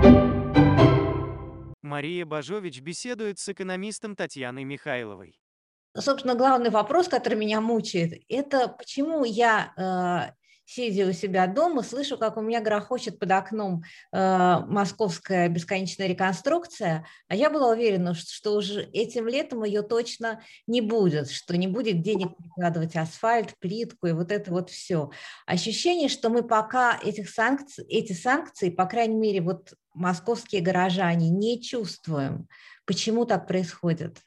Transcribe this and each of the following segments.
Мария Бажович беседует с экономистом Татьяной Михайловой. Собственно, главный вопрос, который меня мучает, это почему я, сидя у себя дома, слышу, как у меня грохочет под окном московская бесконечная реконструкция, а я была уверена, что уже этим летом ее точно не будет, что не будет денег прикладывать асфальт, плитку и вот это вот все. Ощущение, что мы пока эти санкции, по крайней мере, вот московские горожане не чувствуем. Почему так происходит?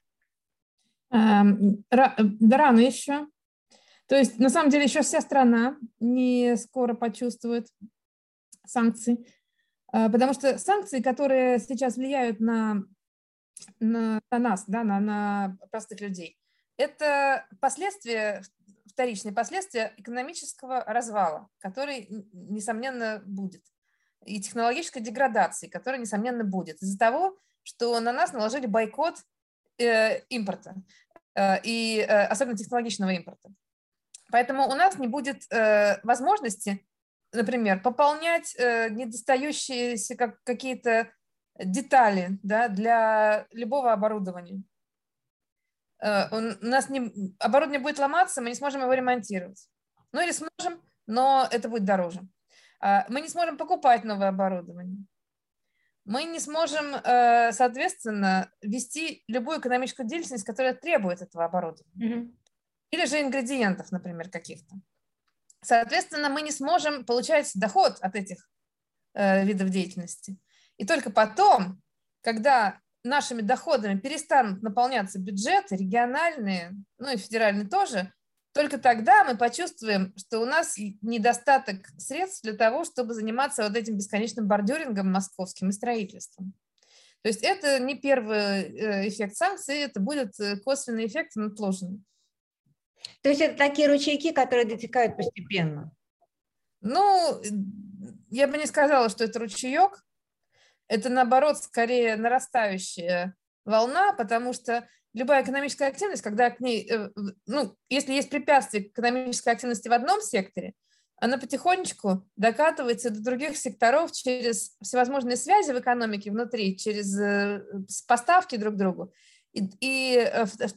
Да, рано еще. То есть, на самом деле, еще вся страна не скоро почувствует санкции, потому что санкции, которые сейчас влияют на нас, да, на простых людей, это последствия, вторичные последствия экономического развала, который, несомненно, будет, и технологической деградации, которая, несомненно, будет из-за того, что на нас наложили бойкот импорта, и особенно технологичного импорта. Поэтому у нас не будет возможности, например, пополнять недостающиеся какие-то детали, да, для любого оборудования. У нас оборудование будет ломаться, мы не сможем его ремонтировать. Ну или сможем, но это будет дороже. Мы не сможем покупать новое оборудование. Мы не сможем, соответственно, вести любую экономическую деятельность, которая требует этого оборудования. Или же ингредиентов, например, каких-то. Соответственно, мы не сможем получать доход от этих видов деятельности. И только потом, когда нашими доходами перестанут наполняться бюджеты, региональные, ну и федеральные тоже, только тогда мы почувствуем, что у нас недостаток средств для того, чтобы заниматься вот этим бесконечным бордюрингом московским и строительством. То есть это не первый эффект санкций, это будет косвенный эффект отложенный. То есть это такие ручейки, которые дотекают постепенно? Ну, я бы не сказала, что это ручеек. Это, наоборот, скорее нарастающая волна, потому что любая экономическая активность, когда к ней, ну, если есть препятствие к экономической активности в одном секторе, она потихонечку докатывается до других секторов через всевозможные связи в экономике внутри, через поставки друг другу. И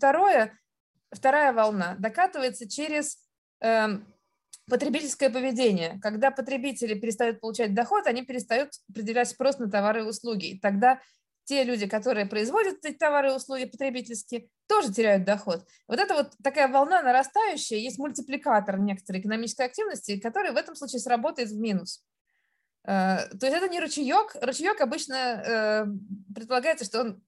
вторая волна докатывается через потребительское поведение. Когда потребители перестают получать доход, они перестают определять спрос на товары и услуги. И тогда те люди, которые производят эти товары и услуги потребительские, тоже теряют доход. Вот это вот такая волна нарастающая, есть мультипликатор некоторой экономической активности, который в этом случае сработает в минус. То есть это не ручеек. Ручеек обычно предполагается, что он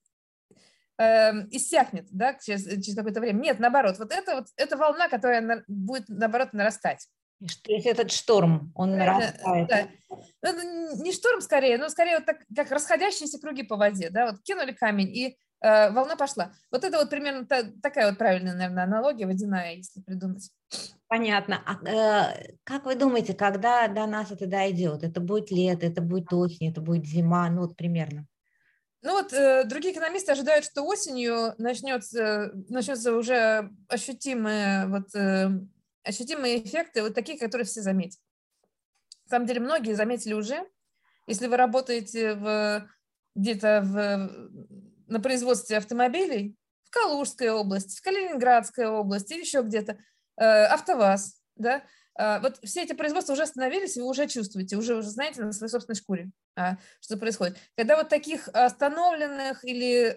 иссякнет, да, через какое-то время. Нет, наоборот, это волна, которая будет, наоборот, нарастать. То есть этот шторм, он нарастает. Да. Не шторм скорее, но скорее вот так, как расходящиеся круги по воде. Да? Вот кинули камень, и волна пошла. Вот это вот примерно такая вот правильная, наверное, аналогия водяная, если придумать. Понятно. А как вы думаете, когда до нас это дойдет? Это будет лето, это будет осень, это будет зима, ну вот примерно? Ну вот другие экономисты ожидают, что осенью начнется уже ощутимые эффекты, вот такие, которые все заметят. На самом деле многие заметили уже. Если вы работаете где-то на производстве автомобилей, в Калужской области, в Калининградской области или еще где-то, АвтоВАЗ, да, вот все эти производства уже остановились, и вы уже чувствуете, уже знаете на своей собственной шкуре, что происходит. Когда вот таких остановленных или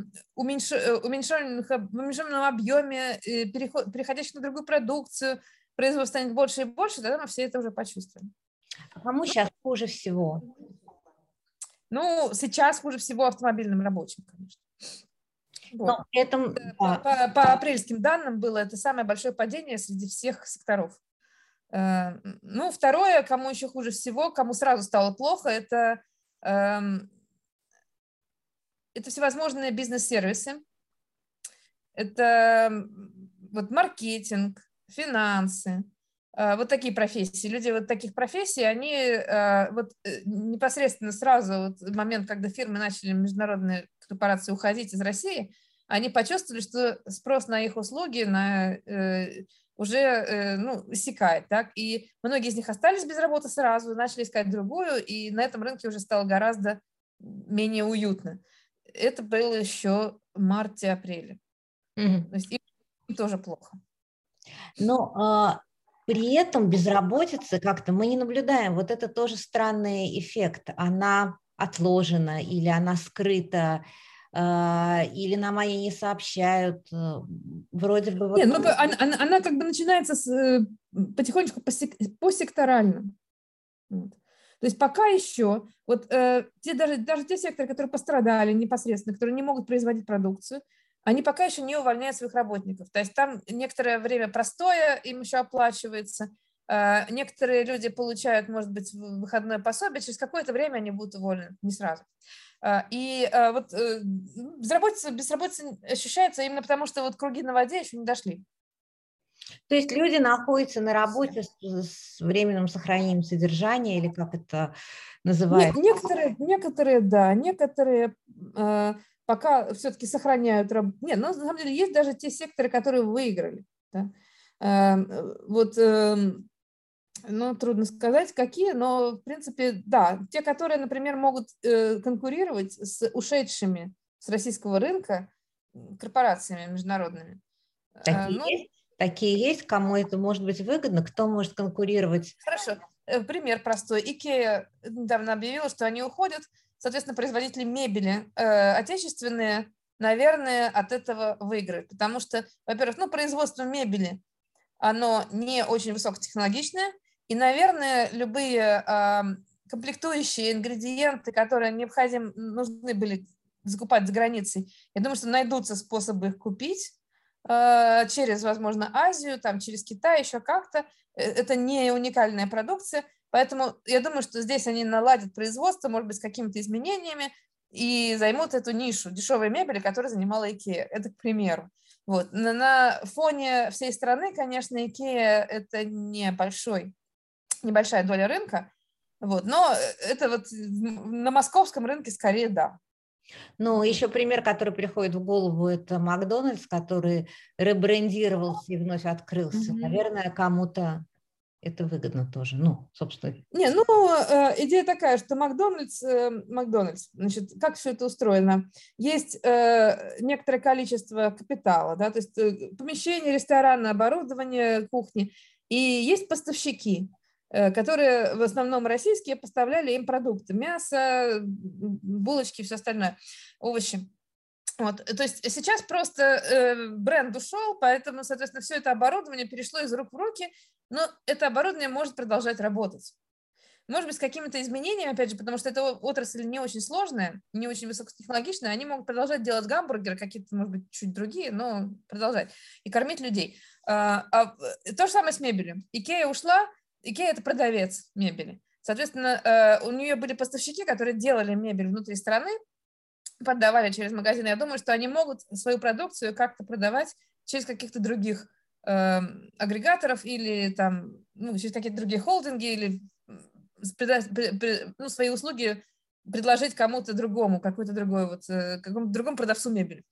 уменьшенных в уменьшенном объеме, переходящих на другую продукцию, производство станет больше и больше, тогда мы все это уже почувствуем. А кому сейчас хуже всего? Ну, сейчас хуже всего автомобильным рабочим, конечно. Вот. По апрельским данным было это самое большое падение среди всех секторов. Ну, второе, кому еще хуже всего, кому сразу стало плохо, это всевозможные бизнес-сервисы. Это вот маркетинг, финансы, вот такие профессии. Люди вот таких профессий, они непосредственно сразу, вот в момент, когда фирмы начали, международные корпорации, уходить из России, они почувствовали, что спрос на их услуги уже иссякает. Так? И многие из них остались без работы сразу, начали искать другую, и на этом рынке уже стало гораздо менее уютно. Это было еще в марте-апреле. То есть им тоже плохо. Но при этом безработицы как-то мы не наблюдаем. Вот это тоже странный эффект. Она отложена или она скрыта, или нам о ней не сообщают. Вроде бы вот... Нет, ну, она как бы начинается потихонечку посекторально. Вот. То есть пока еще вот даже те секторы, которые пострадали непосредственно, которые не могут производить продукцию, они пока еще не увольняют своих работников. То есть там некоторое время простоя им еще оплачивается, некоторые люди получают, может быть, выходное пособие, через какое-то время они будут уволены, не сразу. И вот безработица ощущается именно потому, что вот круги на воде еще не дошли. То есть люди находятся на работе с временным сохранением содержания, или как это называется? Некоторые, да, некоторые пока все-таки сохраняют работу. Нет, но на самом деле есть даже те секторы, которые выиграли. Да? Вот, ну, трудно сказать, какие, но, в принципе, да, те, которые, например, могут конкурировать с ушедшими с российского рынка корпорациями международными. Такие есть, кому это может быть выгодно, кто может конкурировать? Хорошо. Пример простой. IKEA недавно объявила, что они уходят. Соответственно, производители мебели отечественные, наверное, от этого выиграют. Потому что, во-первых, ну, производство мебели, оно не очень высокотехнологичное. И, наверное, любые комплектующие ингредиенты, которые нужны были закупать за границей, я думаю, что найдутся способы их купить через, возможно, Азию, там, через Китай, еще как-то. Это не уникальная продукция, поэтому я думаю, что здесь они наладят производство, может быть, с какими-то изменениями и займут эту нишу дешевой мебели, которую занимала IKEA. Это к примеру. Вот. На фоне всей страны, конечно, IKEA – это небольшая доля рынка, вот, но это вот на московском рынке скорее да. Ну, еще пример, который приходит в голову, это Макдональдс, который ребрендировался и вновь открылся. Наверное, кому-то это выгодно тоже. Ну, собственно. Не, ну, идея такая, что Макдональдс, значит, как все это устроено? Есть некоторое количество капитала, да, то есть помещение, рестораны, оборудование, кухни, и есть поставщики, которые в основном российские, поставляли им продукты, мясо, булочки, все остальное, овощи. Вот. То есть сейчас просто бренд ушел, поэтому, соответственно, все это оборудование перешло из рук в руки, но это оборудование может продолжать работать. Может быть, с какими-то изменениями, опять же, потому что эта отрасль не очень сложная, не очень высокотехнологичная, они могут продолжать делать гамбургеры, какие-то, может быть, чуть другие, но продолжать, и кормить людей. То же самое с мебелью. IKEA ушла, IKEA – это продавец мебели. Соответственно, у нее были поставщики, которые делали мебель внутри страны, продавали через магазины. Я думаю, что они могут свою продукцию как-то продавать через каких-то других агрегаторов или там, ну, через какие-то другие холдинги, или свои услуги предложить кому-то другому, какому-то другому продавцу мебели.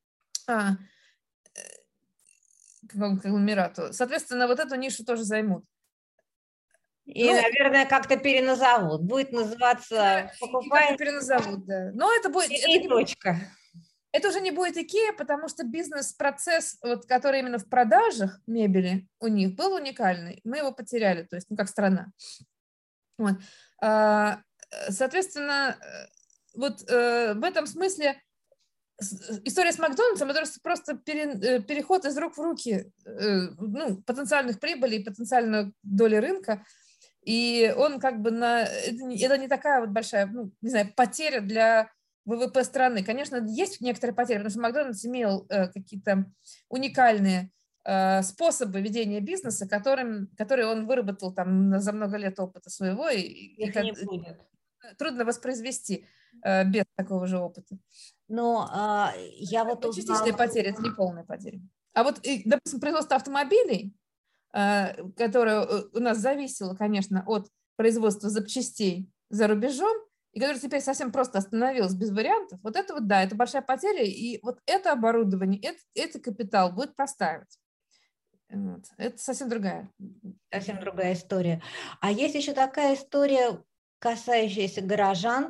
Конгломерату. Соответственно, вот эту нишу тоже займут. И, наверное, как-то переназовут. Будет называться «Покупай». Переназовут, да. Но это будет... Это уже не будет IKEA, потому что бизнес-процесс, вот, который именно в продажах мебели у них был уникальный. Мы его потеряли, то есть, ну, как страна. Вот. Соответственно, вот в этом смысле история с Макдональдсом – это просто переход из рук в руки ну, потенциальных прибылей, потенциальной доли рынка. И он как бы это не такая вот большая, ну, не знаю, потеря для ВВП страны. Конечно, есть некоторые потери, потому что Макдональдс имел какие-то уникальные способы ведения бизнеса, которые он выработал там за много лет опыта своего, и трудно воспроизвести без такого же опыта. Но я вот узнала... Частичные потери, это не полная потеря. А вот, допустим, производство автомобилей, которое у нас зависело, конечно, от производства запчастей за рубежом, и которое теперь совсем просто остановилось без вариантов, вот это вот, да, это большая потеря, и вот это оборудование, этот капитал будет простаивать. Вот. Это совсем другая история. А есть еще такая история, касающаяся горожан.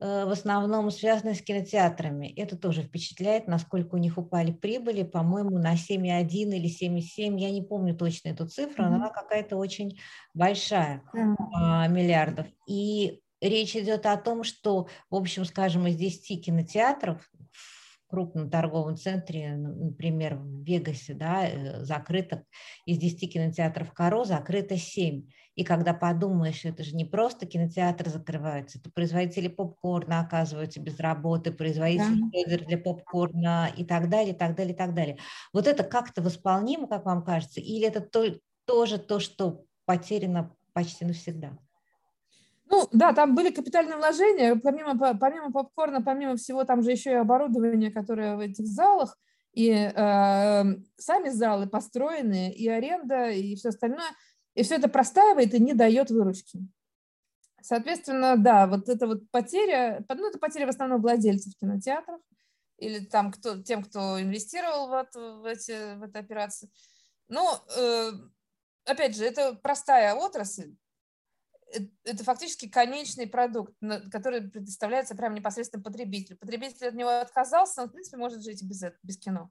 в основном связаны с кинотеатрами. Это тоже впечатляет, насколько у них упали прибыли, по-моему, на 7,1 или 7,7, я не помню точно эту цифру, но она какая-то очень большая, миллиардов. И речь идет о том, что, в общем, скажем, из 10 кинотеатров в крупном торговом центре, например, в Вегасе, да, закрыто, из 10 кинотеатров Каро закрыто 7. И когда подумаешь, это же не просто кинотеатры закрываются, это производители попкорна оказываются без работы, производители для попкорна и так далее, и так далее, и так далее. Вот это как-то восполнимо, как вам кажется, или это тоже то, что потеряно почти навсегда? Ну, да, там были капитальные вложения, помимо попкорна, помимо всего, там же еще и оборудование, которое в этих залах, и сами залы построены, и аренда, и все остальное. И все это простаивает и не дает выручки. Соответственно, да, вот эта вот потеря, ну, это потеря в основном владельцев кинотеатров или там тем, кто инвестировал в эту операцию. Но, опять же, это простая отрасль, это фактически конечный продукт, который предоставляется прямо непосредственно потребителю. Потребитель от него отказался, он, в принципе, может жить без кино.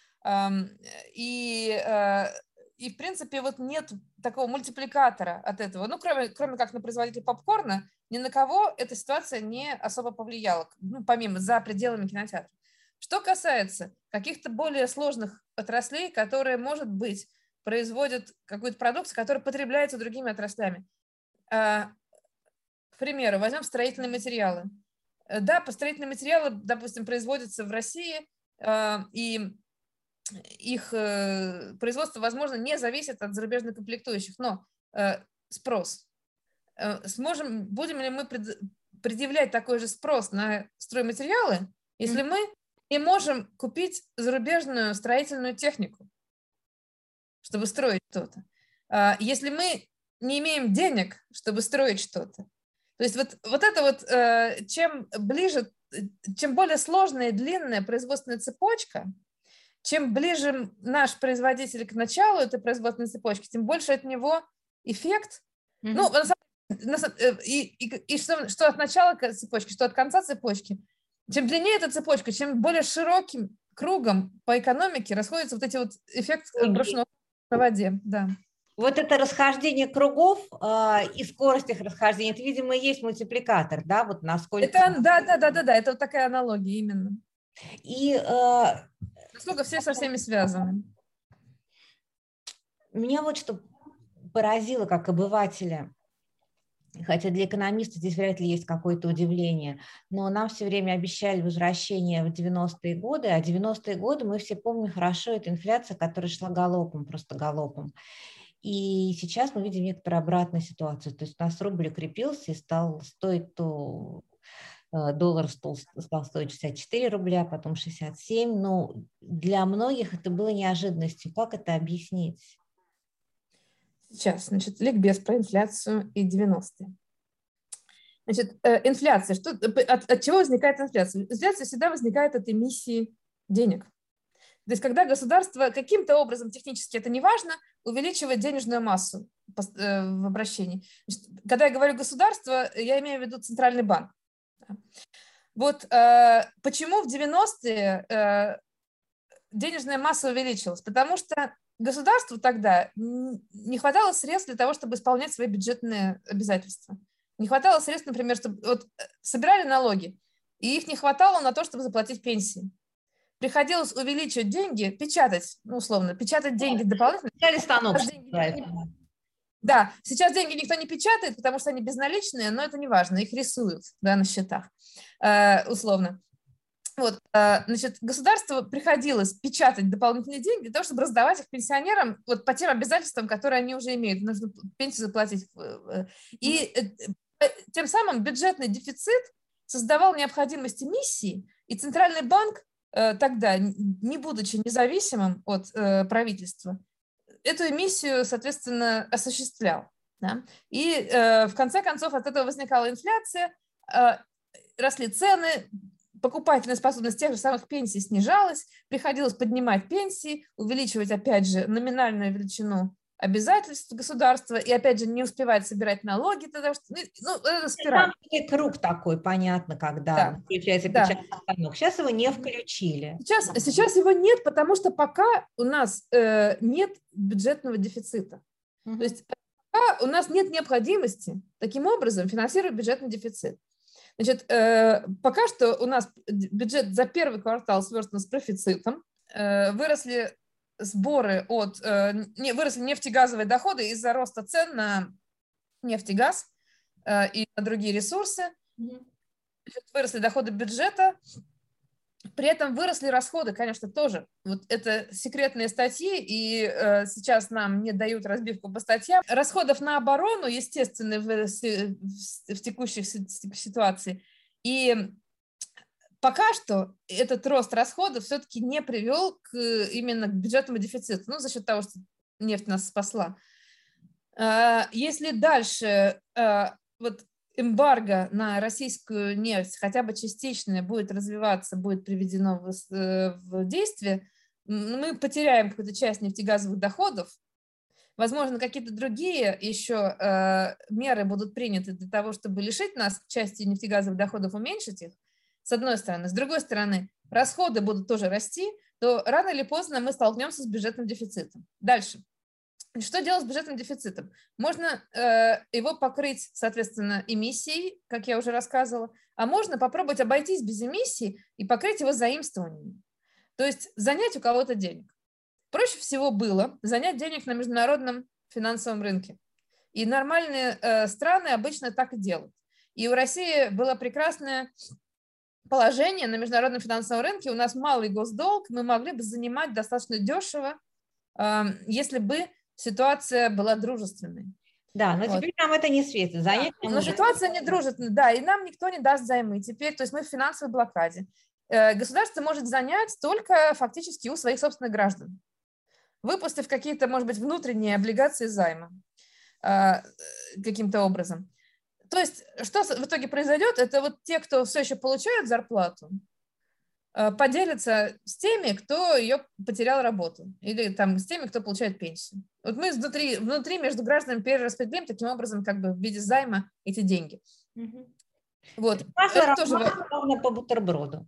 И, в принципе, вот нет такого мультипликатора от этого. Ну, кроме как на производителя попкорна, ни на кого эта ситуация не особо повлияла, ну, помимо, за пределами кинотеатра. Что касается каких-то более сложных отраслей, которые, может быть, производят какую-то продукцию, которая потребляется другими отраслями. К примеру, возьмем строительные материалы. Да, строительные материалы, допустим, производятся в России, и их производство, возможно, не зависит от зарубежных комплектующих, но спрос. Будем ли мы предъявлять такой же спрос на стройматериалы, если мы не можем купить зарубежную строительную технику, чтобы строить что-то? Если мы не имеем денег, чтобы строить что-то. То есть вот это вот, чем более сложная и длинная производственная цепочка, чем ближе наш производитель к началу этой производственной цепочки, тем больше от него эффект. Ну, и что от начала цепочки, что от конца цепочки. Чем длиннее эта цепочка, чем более широким кругом по экономике расходятся вот эти вот эффекты брошенного на воде. Да. Вот это расхождение кругов и скорость их расхождения, это, видимо, и есть мультипликатор, да, вот насколько... Да, это вот такая аналогия именно. И... Насколько все со всеми связаны. Меня вот что поразило как обывателя, хотя для экономиста здесь вряд ли есть какое-то удивление, но нам все время обещали возвращение в 90-е годы, а 90-е годы мы все помним хорошо, это инфляция, которая шла галопом, просто галопом. И сейчас мы видим некоторую обратную ситуацию, то есть у нас рубль укрепился и стал стоить то... Доллар стал стоить 64 рубля, потом 67. Но для многих это было неожиданностью. Как это объяснить? Сейчас, значит, ликбез про инфляцию и 90-е. Значит, инфляция. От чего возникает инфляция? Инфляция всегда возникает от эмиссии денег. То есть когда государство каким-то образом, технически это не важно, увеличивает денежную массу в обращении. Значит, когда я говорю государство, я имею в виду центральный банк. Вот почему в 90-е денежная масса увеличилась? Потому что государству тогда не хватало средств для того, чтобы исполнять свои бюджетные обязательства. Не хватало средств, например, чтобы вот, собирали налоги, и их не хватало на то, чтобы заплатить пенсии. Приходилось увеличивать деньги, печатать, ну, условно, печатать деньги дополнительно. Да, сейчас деньги никто не печатает, потому что они безналичные, но это не важно, их рисуют, да, на счетах, условно. Вот, значит, государству приходилось печатать дополнительные деньги для того, чтобы раздавать их пенсионерам вот по тем обязательствам, которые они уже имеют. Нужно пенсию заплатить. И тем самым бюджетный дефицит создавал необходимость эмиссии, и Центральный банк тогда, не будучи независимым от правительства, эту эмиссию, соответственно, осуществлял. Да? И в конце концов от этого возникала инфляция, росли цены, покупательная способность тех же самых пенсий снижалась, приходилось поднимать пенсии, увеличивать, опять же, номинальную величину обязательств государства и, опять же, не успевает собирать налоги, потому что, это спираль. Там круг такой, понятно, когда Да. включается печатный станок. Сейчас его не включили. Сейчас его нет, потому что пока у нас нет бюджетного дефицита. То есть пока у нас нет необходимости таким образом финансировать бюджетный дефицит. Значит, пока что у нас бюджет за первый квартал сверстан с профицитом, выросли сборы выросли нефтегазовые доходы из-за роста цен на нефть и газ и на другие ресурсы. Выросли доходы бюджета, при этом выросли расходы, конечно, тоже. Вот это секретные статьи, и сейчас нам не дают разбивку по статьям. Расходов на оборону, естественно, в текущей ситуации. И пока что этот рост расходов все-таки не привел именно к бюджетному дефициту, за счет того, что нефть нас спасла. Если дальше эмбарго на российскую нефть хотя бы частичное будет развиваться, будет приведено в действие, мы потеряем какую-то часть нефтегазовых доходов. Возможно, какие-то другие еще меры будут приняты для того, чтобы лишить нас части нефтегазовых доходов, уменьшить их, с одной стороны. С другой стороны, расходы будут тоже расти, то рано или поздно мы столкнемся с бюджетным дефицитом. Дальше. Что делать с бюджетным дефицитом? Можно его покрыть, соответственно, эмиссией, как я уже рассказывала, а можно попробовать обойтись без эмиссии и покрыть его заимствованиями. То есть занять у кого-то денег. Проще всего было занять денег на международном финансовом рынке. И нормальные страны обычно так и делают. И у России было прекрасное положение на международном финансовом рынке. У нас малый госдолг, мы могли бы занимать достаточно дешево, если бы ситуация была дружественной. Да, но теперь нам это не светит. Но ситуация не дружественная, да, и нам никто не даст займы. Теперь, то есть мы в финансовой блокаде. Государство может занять только фактически у своих собственных граждан, выпустив какие-то, может быть, внутренние облигации займа каким-то образом. То есть что в итоге произойдет, это вот те, кто все еще получают зарплату, поделятся с теми, кто ее потерял работу, или там с теми, кто получает пенсию. Вот мы внутри между гражданами перераспределим таким образом как бы в виде займа эти деньги. Вот. Это тоже равно по бутерброду.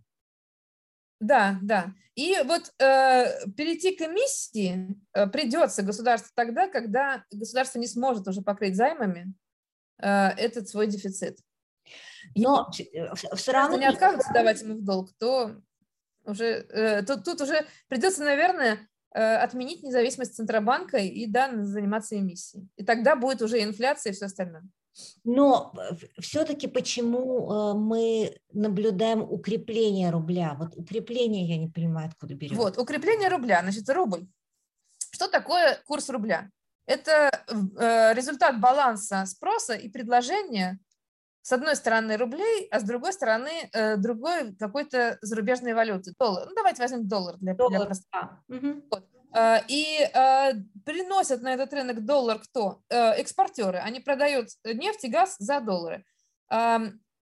Да, да. И вот перейти к эмиссии придется государству тогда, когда государство не сможет уже покрыть займами этот свой дефицит. Но все равно не откажутся давать ему в долг, то уже тут уже придется, наверное, отменить независимость Центробанка и заниматься эмиссией. И тогда будет уже инфляция и все остальное. Но все-таки почему мы наблюдаем укрепление рубля? Вот укрепление я не понимаю, откуда берем. Вот, укрепление рубля, значит, рубль. Что такое курс рубля? Это результат баланса спроса и предложения с одной стороны рублей, а с другой стороны другой какой-то зарубежной валюты. Доллар. Давайте возьмем доллар для простоты. Вот. И приносят на этот рынок доллар кто? Экспортеры. Они продают нефть и газ за доллары. А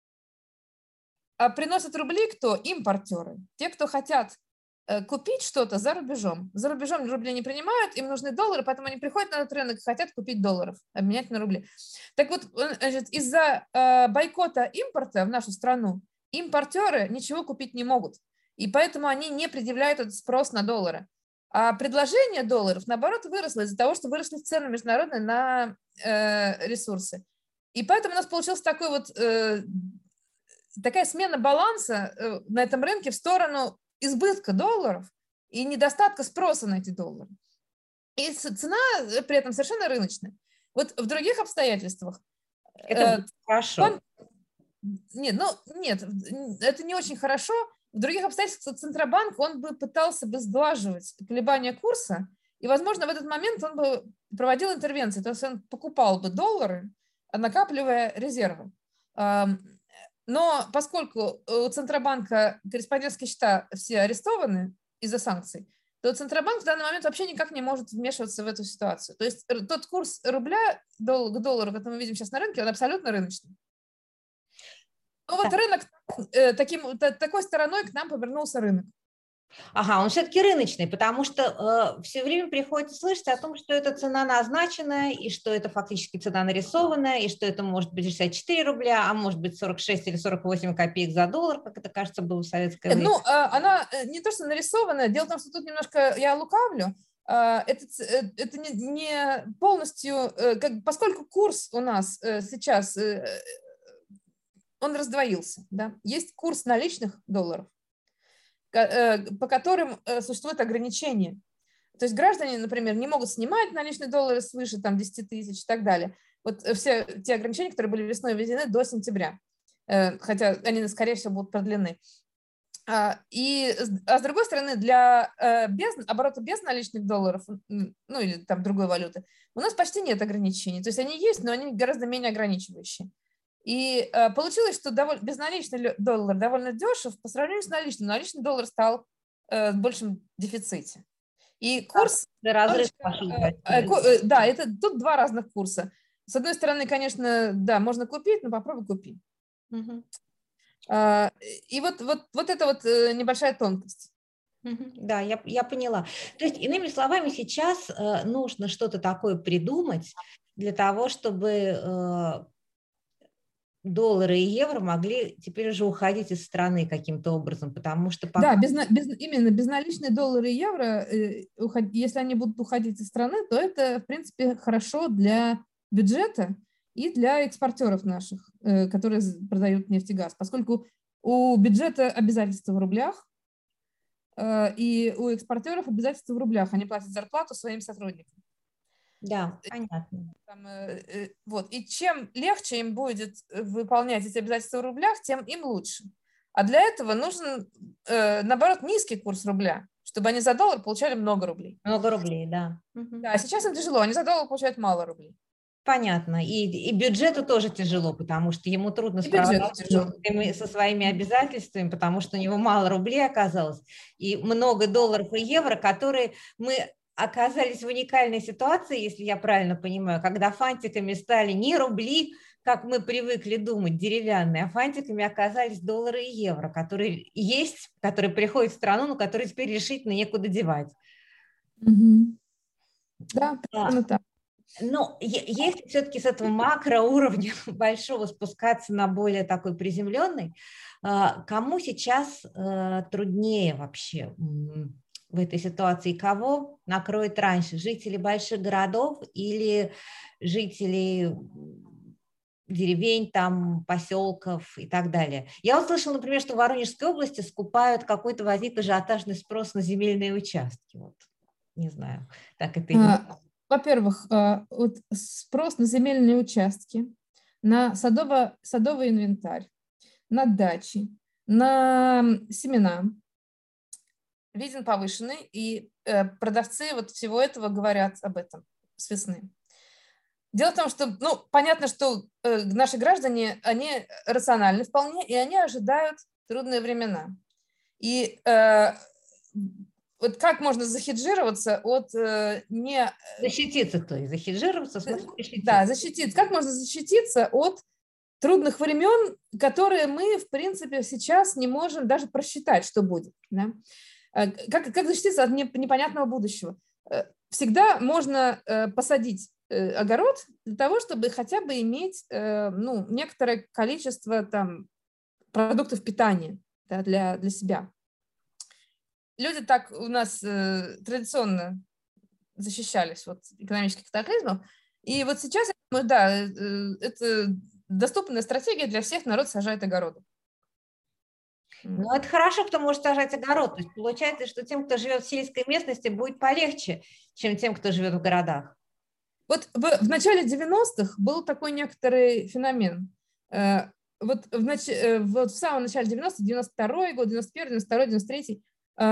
приносят рубли кто? Импортеры. Те, кто хотят купить что-то за рубежом. За рубежом рубли не принимают, им нужны доллары, поэтому они приходят на этот рынок и хотят купить долларов, обменять на рубли. Так вот, из-за бойкота импорта в нашу страну импортеры ничего купить не могут, и поэтому они не предъявляют этот спрос на доллары. А предложение долларов, наоборот, выросло из-за того, что выросли цены международные на ресурсы. И поэтому у нас получилась такая смена баланса на этом рынке в сторону избытка долларов и недостатка спроса на эти доллары. И цена при этом совершенно рыночная. Вот в других обстоятельствах... Это хорошо. Нет, это не очень хорошо. В других обстоятельствах Центробанк, он бы пытался бы сглаживать колебания курса, и, возможно, в этот момент он бы проводил интервенции, то есть он покупал бы доллары, накапливая резервы. Но поскольку у Центробанка корреспондентские счета все арестованы из-за санкций, то Центробанк в данный момент вообще никак не может вмешиваться в эту ситуацию. То есть тот курс рубля к доллару, который мы видим сейчас на рынке, он абсолютно рыночный. Но вот рынок, такой стороной к нам повернулся рынок. Ага, он все-таки рыночный, потому что все время приходится слышать о том, что это цена назначенная, и что это фактически цена нарисованная, и что это может быть 64 рубля, а может быть 46 или 48 копеек за доллар, как это, кажется, было в советское время. Ну, она не то, что нарисованная, дело в том, что тут немножко я лукавлю. Это не полностью, поскольку курс у нас сейчас, он раздвоился. Да? Есть курс наличных долларов, по которым существует ограничение. То есть граждане, например, не могут снимать наличные доллары свыше там, 10 тысяч и так далее. Вот все те ограничения, которые были весной введены до сентября, хотя они, скорее всего, будут продлены. А с другой стороны, для оборота без наличных долларов, ну или там другой валюты, у нас почти нет ограничений. То есть они есть, но они гораздо менее ограничивающие. И получилось, что безналичный доллар довольно дешев по сравнению с наличным. Наличный доллар стал в большем дефиците. И курс... Разрыв пошел. Да, это тут два разных курса. С одной стороны, конечно, да, можно купить, но попробуй купи. Угу. И вот это вот небольшая тонкость. Да, я поняла. То есть, иными словами, сейчас нужно что-то такое придумать для того, чтобы доллары и евро могли теперь уже уходить из страны каким-то образом, потому что... Да, именно безналичные доллары и евро, если они будут уходить из страны, то это, в принципе, хорошо для бюджета и для экспортеров наших, которые продают нефть и газ, поскольку у бюджета обязательства в рублях, и у экспортеров обязательства в рублях. Они платят зарплату своим сотрудникам. Да, понятно. Вот. И чем легче им будет выполнять эти обязательства в рублях, тем им лучше. А для этого нужен, наоборот, низкий курс рубля, чтобы они за доллар получали много рублей. Много рублей, да. Да, сейчас им тяжело, они за доллар получают мало рублей. Понятно. И бюджету тоже тяжело, потому что ему трудно справляться со своими обязательствами, потому что у него мало рублей оказалось, и много долларов и евро, которые мы оказались в уникальной ситуации, если я правильно понимаю, когда фантиками стали не рубли, как мы привыкли думать, деревянные, а фантиками оказались доллары и евро, которые есть, которые приходят в страну, но которые теперь решительно некуда девать. Да, примерно так. Но если все-таки с этого макроуровня большого спускаться на более такой приземленный, кому сейчас труднее вообще в этой ситуации? Кого накроет раньше? Жители больших городов или жители деревень, там, поселков и так далее? Я услышала, например, что в Воронежской области скупают какой-то возник ажиотажный спрос на земельные участки. Вот. Не знаю, так это или нет. Во-первых, вот спрос на земельные участки, на садовый инвентарь, на дачи, на семена виден повышенный, и продавцы вот всего этого говорят об этом с весны. Дело в том, что, ну, понятно, что наши граждане, они рациональны вполне, и они ожидают трудные времена. И вот как можно захеджироваться от не... Защититься, то есть захеджироваться, в смысле защититься. Да, защититься. Как можно защититься от трудных времен, которые мы, в принципе, сейчас не можем даже просчитать, что будет. Да? Как защититься от непонятного будущего? Всегда можно посадить огород для того, чтобы хотя бы иметь ну, некоторое количество там, продуктов питания, да, для себя. Люди так у нас традиционно защищались от экономических катаклизмов. И вот сейчас, я думаю, да, это доступная стратегия для всех, народ сажает огороды. Ну, это хорошо, кто может сажать огород. То есть получается, что тем, кто живет в сельской местности, будет полегче, чем тем, кто живет в городах. Вот в начале 90-х был такой некоторый феномен. Вот в самом начале 90-х, 92-й год, 91-й, 92-й, 93-й,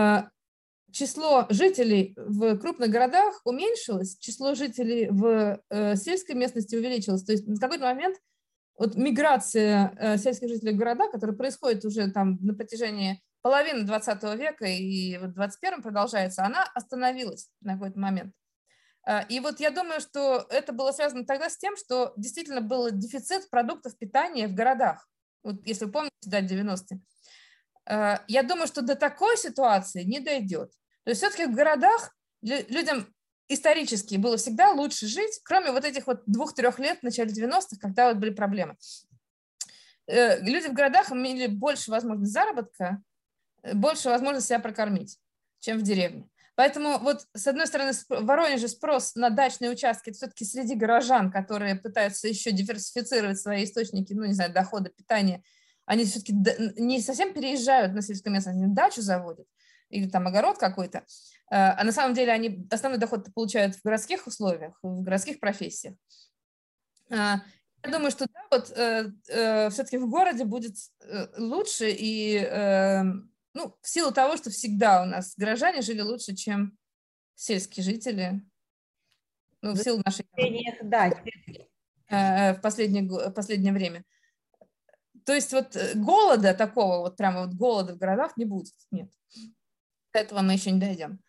число жителей в крупных городах уменьшилось, число жителей в сельской местности увеличилось. То есть в какой-то момент вот миграция сельских жителей в города, которая происходит уже там на протяжении половины 20 века и в 21-м продолжается, она остановилась на какой-то момент. И вот я думаю, что это было связано тогда с тем, что действительно был дефицит продуктов питания в городах. Вот если вы помните, да, 90-е. я думаю, что до такой ситуации не дойдет. То есть все-таки в городах людям исторически было всегда лучше жить, кроме вот этих вот 2-3 лет в начале 90-х, когда вот были проблемы. Люди в городах имели больше возможности заработка, больше возможности себя прокормить, чем в деревне. Поэтому вот с одной стороны в Воронеже спрос на дачные участки все-таки среди горожан, которые пытаются еще диверсифицировать свои источники, ну не знаю, дохода, питания, они все-таки не совсем переезжают на сельское место, они дачу заводят или там огород какой-то, а на самом деле они основной доход получают в городских условиях, в городских профессиях. Я думаю, что да, вот все-таки в городе будет лучше, и ну, в силу того, что всегда у нас горожане жили лучше, чем сельские жители, ну, в силу нашей Да, в последнее время. То есть вот голода такого, вот прямо вот голода в городах не будет, нет. До этого мы еще не дойдем.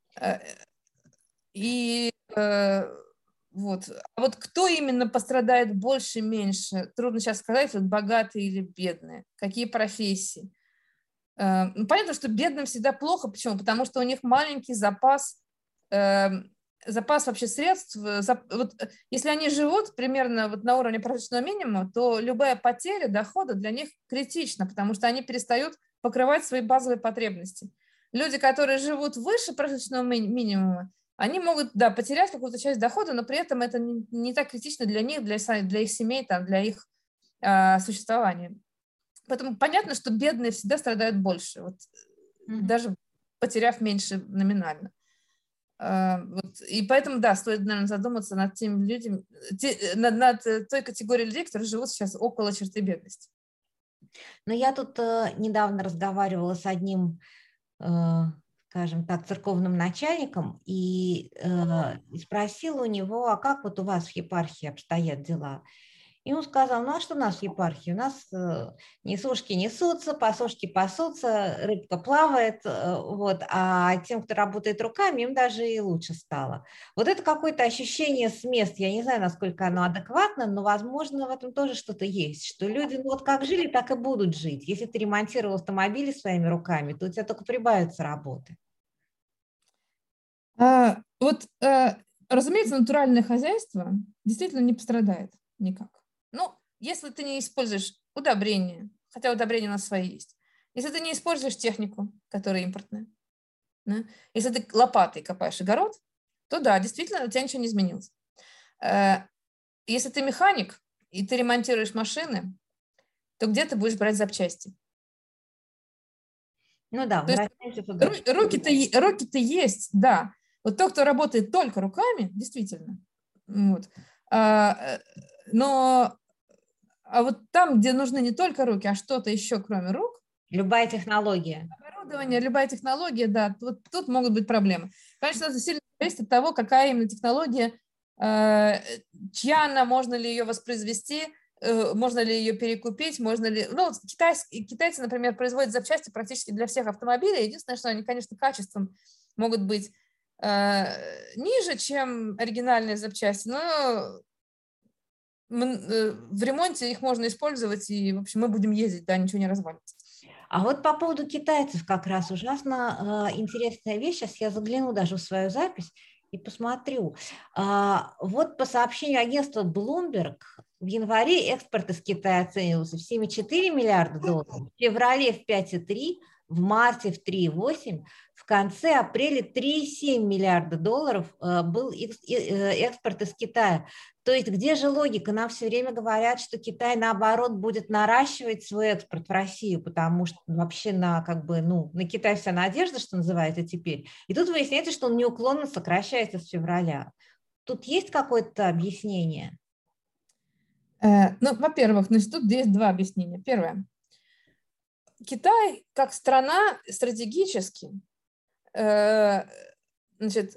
И вот. А вот кто именно пострадает больше, меньше, трудно сейчас сказать, вот богатые или бедные, какие профессии. Ну, понятно, что бедным всегда плохо. Почему? Потому что у них маленький запас вообще средств. Вот, если они живут примерно вот на уровне прожиточного минимума, то любая потеря дохода для них критична, потому что они перестают покрывать свои базовые потребности. Люди, которые живут выше прожиточного минимума, они могут, да, потерять какую-то часть дохода, но при этом это не так критично для них, для их семей, там, для их существования. Поэтому понятно, что бедные всегда страдают больше, вот, даже потеряв меньше номинально. Вот. И поэтому, да, стоит, наверное, задуматься над теми людьми, над той категорией людей, которые живут сейчас около черты бедности. Но я тут недавно разговаривала с одним, скажем так, церковным начальником и спросила у него, а как вот у вас в епархии обстоят дела? И он сказал, ну а что у нас в епархии? У нас несушки несутся, пасушки пасутся, рыбка плавает, вот, а тем, кто работает руками, им даже и лучше стало. Вот это какое-то ощущение с мест, я не знаю, насколько оно адекватно, но, возможно, в этом тоже что-то есть, что люди, ну вот как жили, так и будут жить. Если ты ремонтировал автомобили своими руками, то у тебя только прибавится работы. Вот, разумеется, натуральное хозяйство действительно не пострадает никак. Ну, если ты не используешь удобрения, хотя удобрения у нас свои есть, если ты не используешь технику, которая импортная, да, если ты лопатой копаешь огород, то да, действительно, у тебя ничего не изменилось. Если ты механик, и ты ремонтируешь машины, то где ты будешь брать запчасти? Ну да, руки-то есть, да. Вот тот, кто работает только руками, действительно. Вот. Но вот там, где нужны не только руки, а что-то еще, кроме рук. Любая технология. Оборудование, любая технология, да, вот тут могут быть проблемы. Конечно, это сильно зависит от того, какая именно технология, чья она, можно ли ее воспроизвести, можно ли ее перекупить, можно ли... Ну, китайцы, например, производят запчасти практически для всех автомобилей. Единственное, что они, конечно, качеством могут быть ниже, чем оригинальные запчасти, но в ремонте их можно использовать, и, в общем, мы будем ездить, да, ничего не развалится. А вот по поводу китайцев как раз ужасно интересная вещь. Сейчас я загляну даже в свою запись и посмотрю. Вот по сообщению агентства Bloomberg, в январе экспорт из Китая оценивался в 7,4 миллиарда долларов, в феврале в 5,3, в марте в 3,8, в конце апреля 3,7 миллиарда долларов был экспорт из Китая. То есть где же логика? Нам все время говорят, что Китай, наоборот, будет наращивать свой экспорт в Россию, потому что вообще на Китай вся надежда, что называется теперь. И тут выясняется, что он неуклонно сокращается с февраля. Тут есть какое-то объяснение? Ну, во-первых, значит, тут есть два объяснения. Первое. Китай как страна стратегически, значит,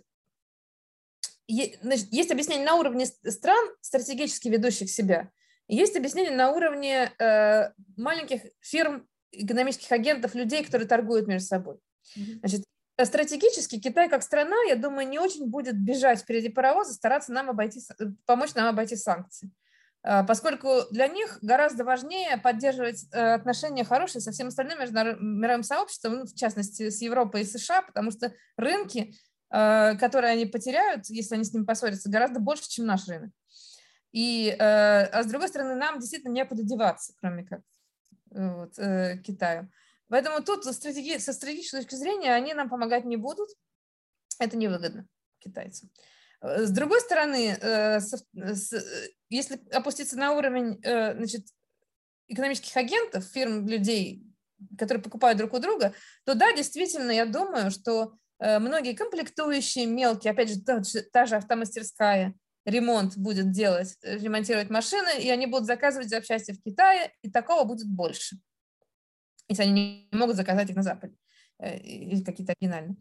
есть объяснение на уровне стран, стратегически ведущих себя, и есть объяснение на уровне маленьких фирм, экономических агентов, людей, которые торгуют между собой. Значит, стратегически Китай как страна, я думаю, не очень будет бежать впереди паровоза, стараться помочь нам обойти санкции. поскольку для них гораздо важнее поддерживать отношения хорошие со всем остальным мировым сообществом, ну, в частности, с Европой и США, потому что рынки, которые они потеряют, если они с ними поссорятся, гораздо больше, чем наш рынок. А с другой стороны, нам действительно некуда деваться, кроме как вот, Китаю. Поэтому тут со стратегической точки зрения они нам помогать не будут. Это невыгодно китайцам. С другой стороны, если опуститься на уровень, значит, экономических агентов, фирм, людей, которые покупают друг у друга, то да, действительно, я думаю, что многие комплектующие, мелкие, опять же, та же автомастерская, ремонт будет делать, ремонтировать машины, и они будут заказывать запчасти в Китае, и такого будет больше, если они не могут заказать их на Западе, или какие-то оригинальные.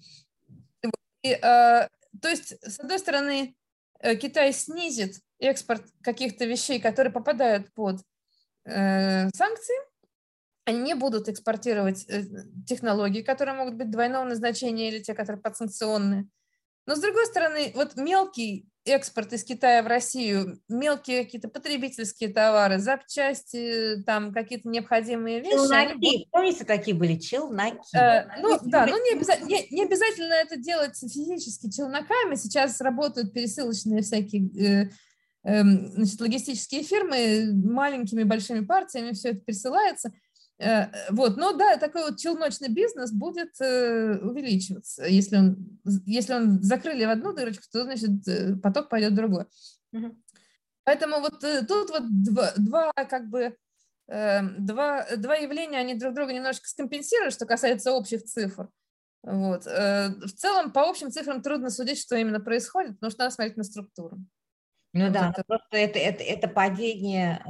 То есть, с одной стороны, Китай снизит экспорт каких-то вещей, которые попадают под санкции, они не будут экспортировать технологии, которые могут быть двойного назначения или те, которые подсанкционные. Но, с другой стороны, вот мелкий экспорт из Китая в Россию, мелкие какие-то потребительские товары, запчасти, там какие-то необходимые вещи. Челноки, помните, такие были челноки? Ну да, но не обязательно это делать физически челноками. Сейчас работают пересылочные всякие значит, логистические фирмы, маленькими большими партиями все это пересылается. Вот, но да, такой вот челночный бизнес будет увеличиваться. Если он закрыли в одну дырочку, то, значит, поток пойдет в другой. Поэтому вот тут вот два явления, они друг друга немножко скомпенсируют, что касается общих цифр. Вот. В целом, по общим цифрам трудно судить, что именно происходит, потому что надо смотреть на структуру. Ну вот да, просто это падение,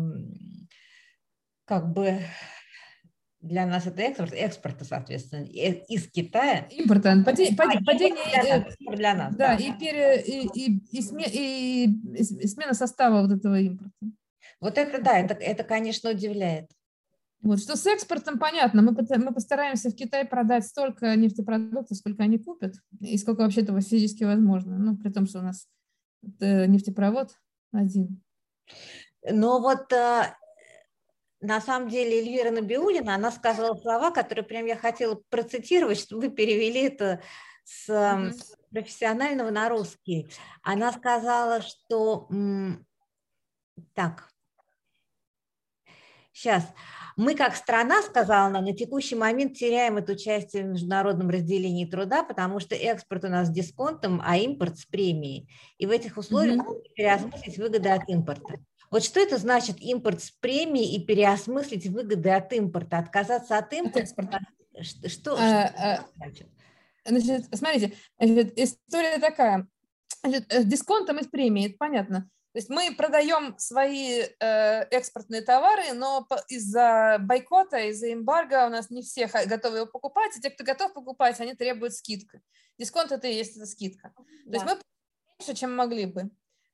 как бы для нас это экспорта, соответственно, из Китая. Импорта, падение для нас, да, и смена состава вот этого импорта. Вот это да, это, конечно, удивляет. Вот, что с экспортом понятно, мы постараемся в Китай продать столько нефтепродуктов, сколько они купят, и сколько вообще этого физически возможно, ну, при том, что у нас нефтепровод один. Но вот на самом деле Эльвира Набиуллина, она сказала слова, которые прям я хотела процитировать, чтобы вы перевели это с профессионального на русский. Она сказала, что так, сейчас, мы как страна, сказала она, на текущий момент теряем это участие в международном разделении труда, потому что экспорт у нас с дисконтом, а импорт с премией. И в этих условиях нужно переосмыслить выгоды от импорта. Вот что это значит импорт с премией и переосмыслить выгоды от импорта, отказаться от импорта? Что значит? Значит, смотрите, история такая. Значит, с дисконтом и с премией, это понятно. То есть мы продаем свои экспортные товары, но из-за бойкота, из-за эмбарго у нас не все готовы его покупать, и те, кто готов покупать, они требуют скидки. Дисконт – это и есть эта скидка. Да. То есть мы меньше, чем могли бы.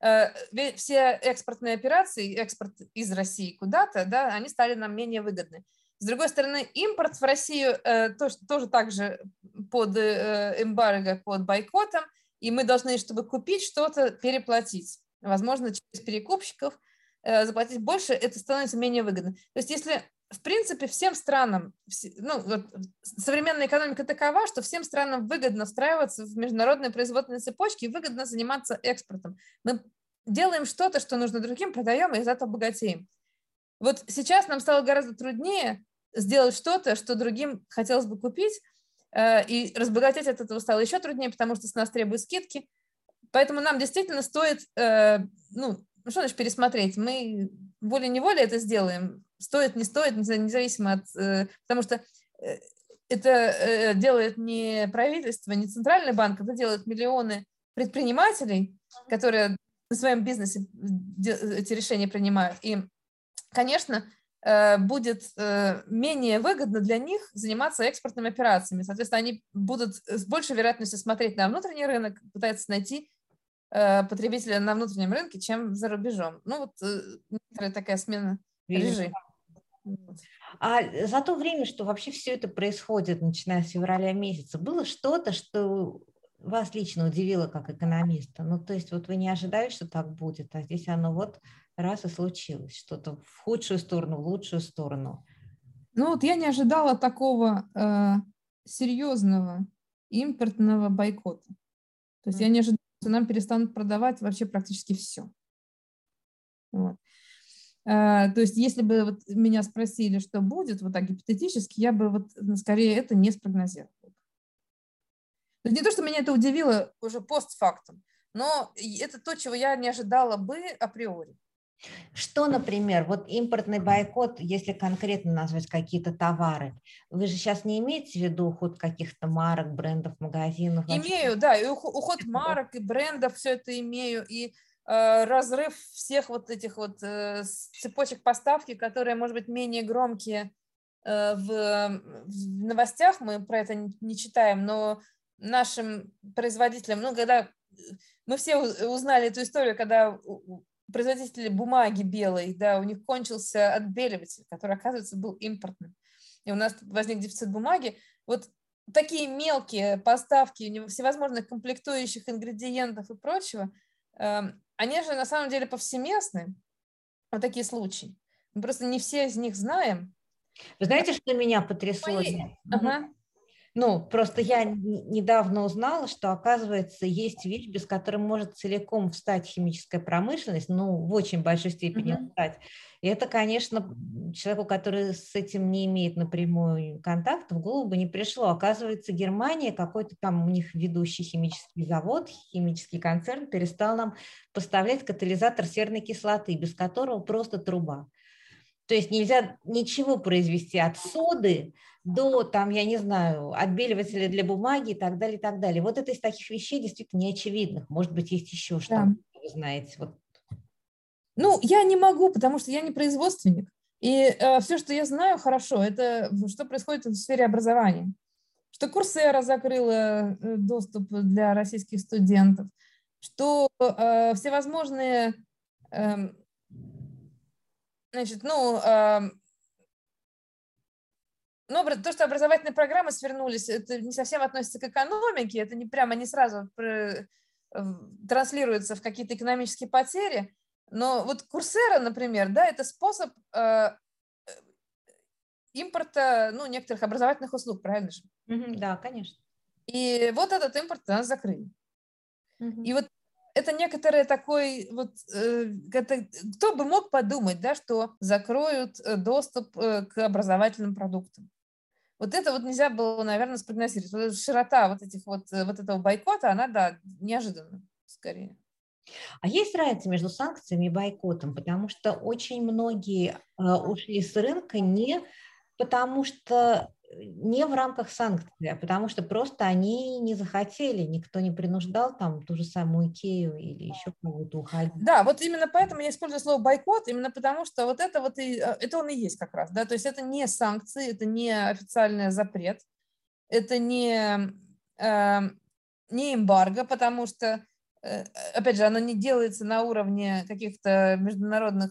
Все экспортные операции, экспорт из России куда-то, да, они стали нам менее выгодны. С другой стороны, импорт в Россию тоже так же под эмбарго, под бойкотом, и мы должны, чтобы купить что-то, переплатить. Возможно, через перекупщиков заплатить больше, это становится менее выгодно. То есть если, в принципе, всем странам, ну, вот, современная экономика такова, что всем странам выгодно встраиваться в международные производственные цепочки и выгодно заниматься экспортом. Мы делаем что-то, что нужно другим, продаем и из этого богатеем. Вот сейчас нам стало гораздо труднее сделать что-то, что другим хотелось бы купить, и разбогатеть от этого стало еще труднее, потому что с нас требуют скидки. Поэтому нам действительно стоит, что значит пересмотреть? Мы волей-неволей это сделаем. Стоит, не стоит, независимо от... Потому что это делает не правительство, не центральный банк, это делают миллионы предпринимателей, которые на своем бизнесе эти решения принимают. И, конечно, будет менее выгодно для них заниматься экспортными операциями. Соответственно, они будут с большей вероятностью смотреть на внутренний рынок, пытаться найти потребителя на внутреннем рынке, чем за рубежом. Ну, вот такая смена режима. А за то время, что вообще все это происходит, начиная с февраля месяца, было что-то, что вас лично удивило как экономиста? Ну, то есть вот вы не ожидали, что так будет, а здесь оно вот раз и случилось что-то в худшую сторону, в лучшую сторону. Ну вот я не ожидала такого серьезного импортного бойкота. То есть я не ожидала, что нам перестанут продавать вообще практически все. Вот. То есть если бы вот меня спросили, что будет, вот так гипотетически, я бы вот скорее это не спрогнозировала. То есть не то, что меня это удивило уже постфактум, но это то, чего я не ожидала бы априори. Что, например, вот импортный бойкот, если конкретно назвать какие-то товары, вы же сейчас не имеете в виду уход каких-то марок, брендов, магазинов? Имею, да, и уход марок, и брендов, все это имею, и разрыв всех вот этих вот цепочек поставки, которые, может быть, менее громкие в новостях, мы про это не читаем, но нашим производителям, ну, когда мы все узнали эту историю, когда производители бумаги белой, да, у них кончился отбеливатель, который, оказывается, был импортным, и у нас возник дефицит бумаги, вот такие мелкие поставки всевозможных комплектующих ингредиентов и прочего, они же на самом деле повсеместны, вот такие случаи. Мы просто не все из них знаем. Вы знаете, что меня потрясло? Ага. Ну, просто я недавно узнала, что, оказывается, есть вещь, без которой может целиком встать химическая промышленность, ну, в очень большой степени встать. И это, конечно, человеку, который с этим не имеет напрямую контакта, в голову бы не пришло. Оказывается, Германия, какой-то там у них ведущий химический завод, химический концерн, перестал нам поставлять катализатор серной кислоты, без которого просто труба. То есть нельзя ничего произвести от соды до, там, я не знаю, отбеливателя для бумаги и так далее, и так далее. Вот это из таких вещей действительно неочевидных. Может быть, есть еще что-то, вы знаете. Вот. Ну, я не могу, потому что я не производственник. И все, что я знаю хорошо, это что происходит в сфере образования. Что Курсера закрыла доступ для российских студентов, что всевозможные... Значит, то, что образовательные программы свернулись, это не совсем относится к экономике, это не прямо не сразу транслируется в какие-то экономические потери, но вот Курсера, например, да, это способ импорта, ну, некоторых образовательных услуг, правильно же? Да, конечно. И вот этот импорт у нас закрыли. И вот это некоторое такой, вот, кто бы мог подумать, да, что закроют доступ к образовательным продуктам. Вот это вот нельзя было, наверное, спрогнозировать. Вот широта вот этого бойкота, она, да, неожиданна, скорее. А есть разница между санкциями и бойкотом? Потому что очень многие ушли с рынка не потому что не в рамках санкций, а потому что просто они не захотели, никто не принуждал там ту же самую Икею или еще кого-то уходить. Да, вот именно поэтому я использую слово бойкот, именно потому что вот это он и есть как раз, да, то есть это не санкции, это не официальный запрет, это не эмбарго, потому что, опять же, оно не делается на уровне каких-то международных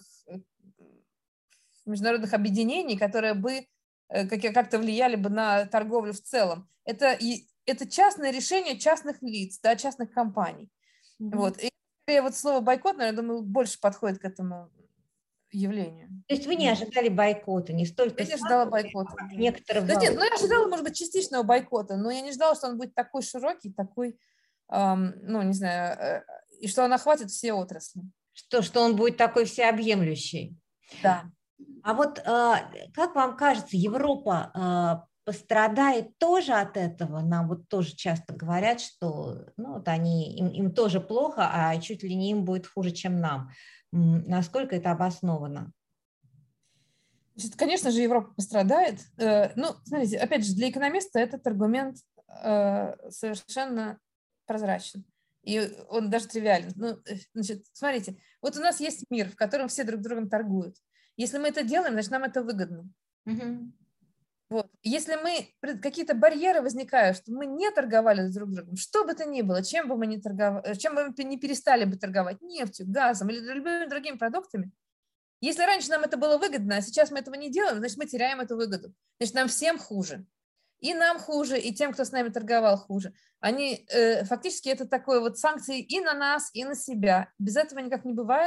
объединений, которые бы как-то влияли бы на торговлю в целом. Это частное решение частных лиц, да, частных компаний. Вот. И вот слово бойкот, наверное, думаю, больше подходит к этому явлению. То есть вы не ожидали бойкота, не столько... Я не ожидала бойкота. Некоторых... Да нет, я ожидала, может быть, частичного бойкота, но я не ждала, что он будет такой широкий, такой, не знаю, и что он охватит все отрасли. Что он будет такой всеобъемлющий. Да. А вот как вам кажется, Европа пострадает тоже от этого? Нам вот тоже часто говорят, что вот им тоже плохо, а чуть ли не им будет хуже, чем нам. Насколько это обосновано? Значит, конечно же, Европа пострадает. Смотрите, опять же, для экономиста этот аргумент совершенно прозрачен. И он даже тривиален. Значит, смотрите, вот у нас есть мир, в котором все друг с другом торгуют. Если мы это делаем, значит, нам это выгодно. Вот. Если какие-то барьеры возникают, что мы не торговали друг с другом, что бы то ни было, чем бы мы не торговали, чем бы мы не перестали бы торговать, нефтью, газом или любыми другими продуктами, если раньше нам это было выгодно, а сейчас мы этого не делаем, значит, мы теряем эту выгоду. Значит, нам всем хуже. И нам хуже, и тем, кто с нами торговал, хуже. Фактически это такое вот санкции и на нас, и на себя. Без этого никак не бывает.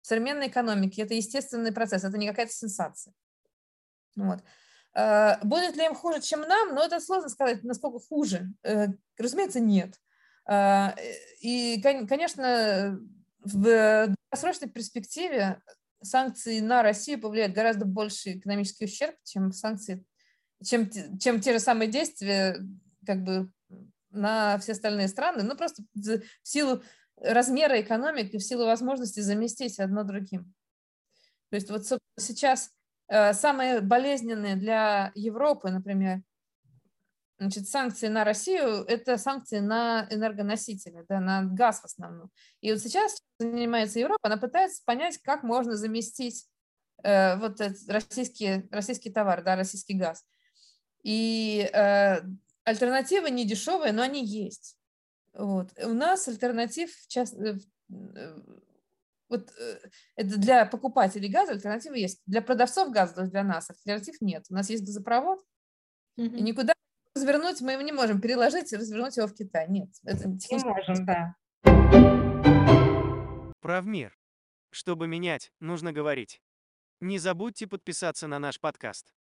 современной экономики, это естественный процесс, это не какая-то сенсация. Вот. Будет ли им хуже, чем нам? Но это сложно сказать, насколько хуже. Разумеется, нет. И, конечно, в долгосрочной перспективе санкции на Россию повлияют гораздо больший экономический ущерб, чем санкции, чем те же самые действия как бы на все остальные страны, ну просто в силу размера экономики, в силу возможности заместить одно другим. То есть вот сейчас самые болезненные для Европы, например, значит, санкции на Россию – это санкции на энергоносители, да, на газ в основном. И вот сейчас занимается Европа, она пытается понять, как можно заместить вот этот российский товар, да, российский газ. И альтернативы не дешевые, но они есть. Вот. У нас альтернатив, вот это для покупателей газа альтернативы есть. Для продавцов газа, то есть для нас, альтернатив нет. У нас есть газопровод, и никуда развернуть мы его не можем, переложить и развернуть его в Китай. Нет, это Не можем, да. Правмир. Чтобы менять, нужно говорить. Не забудьте подписаться на наш подкаст.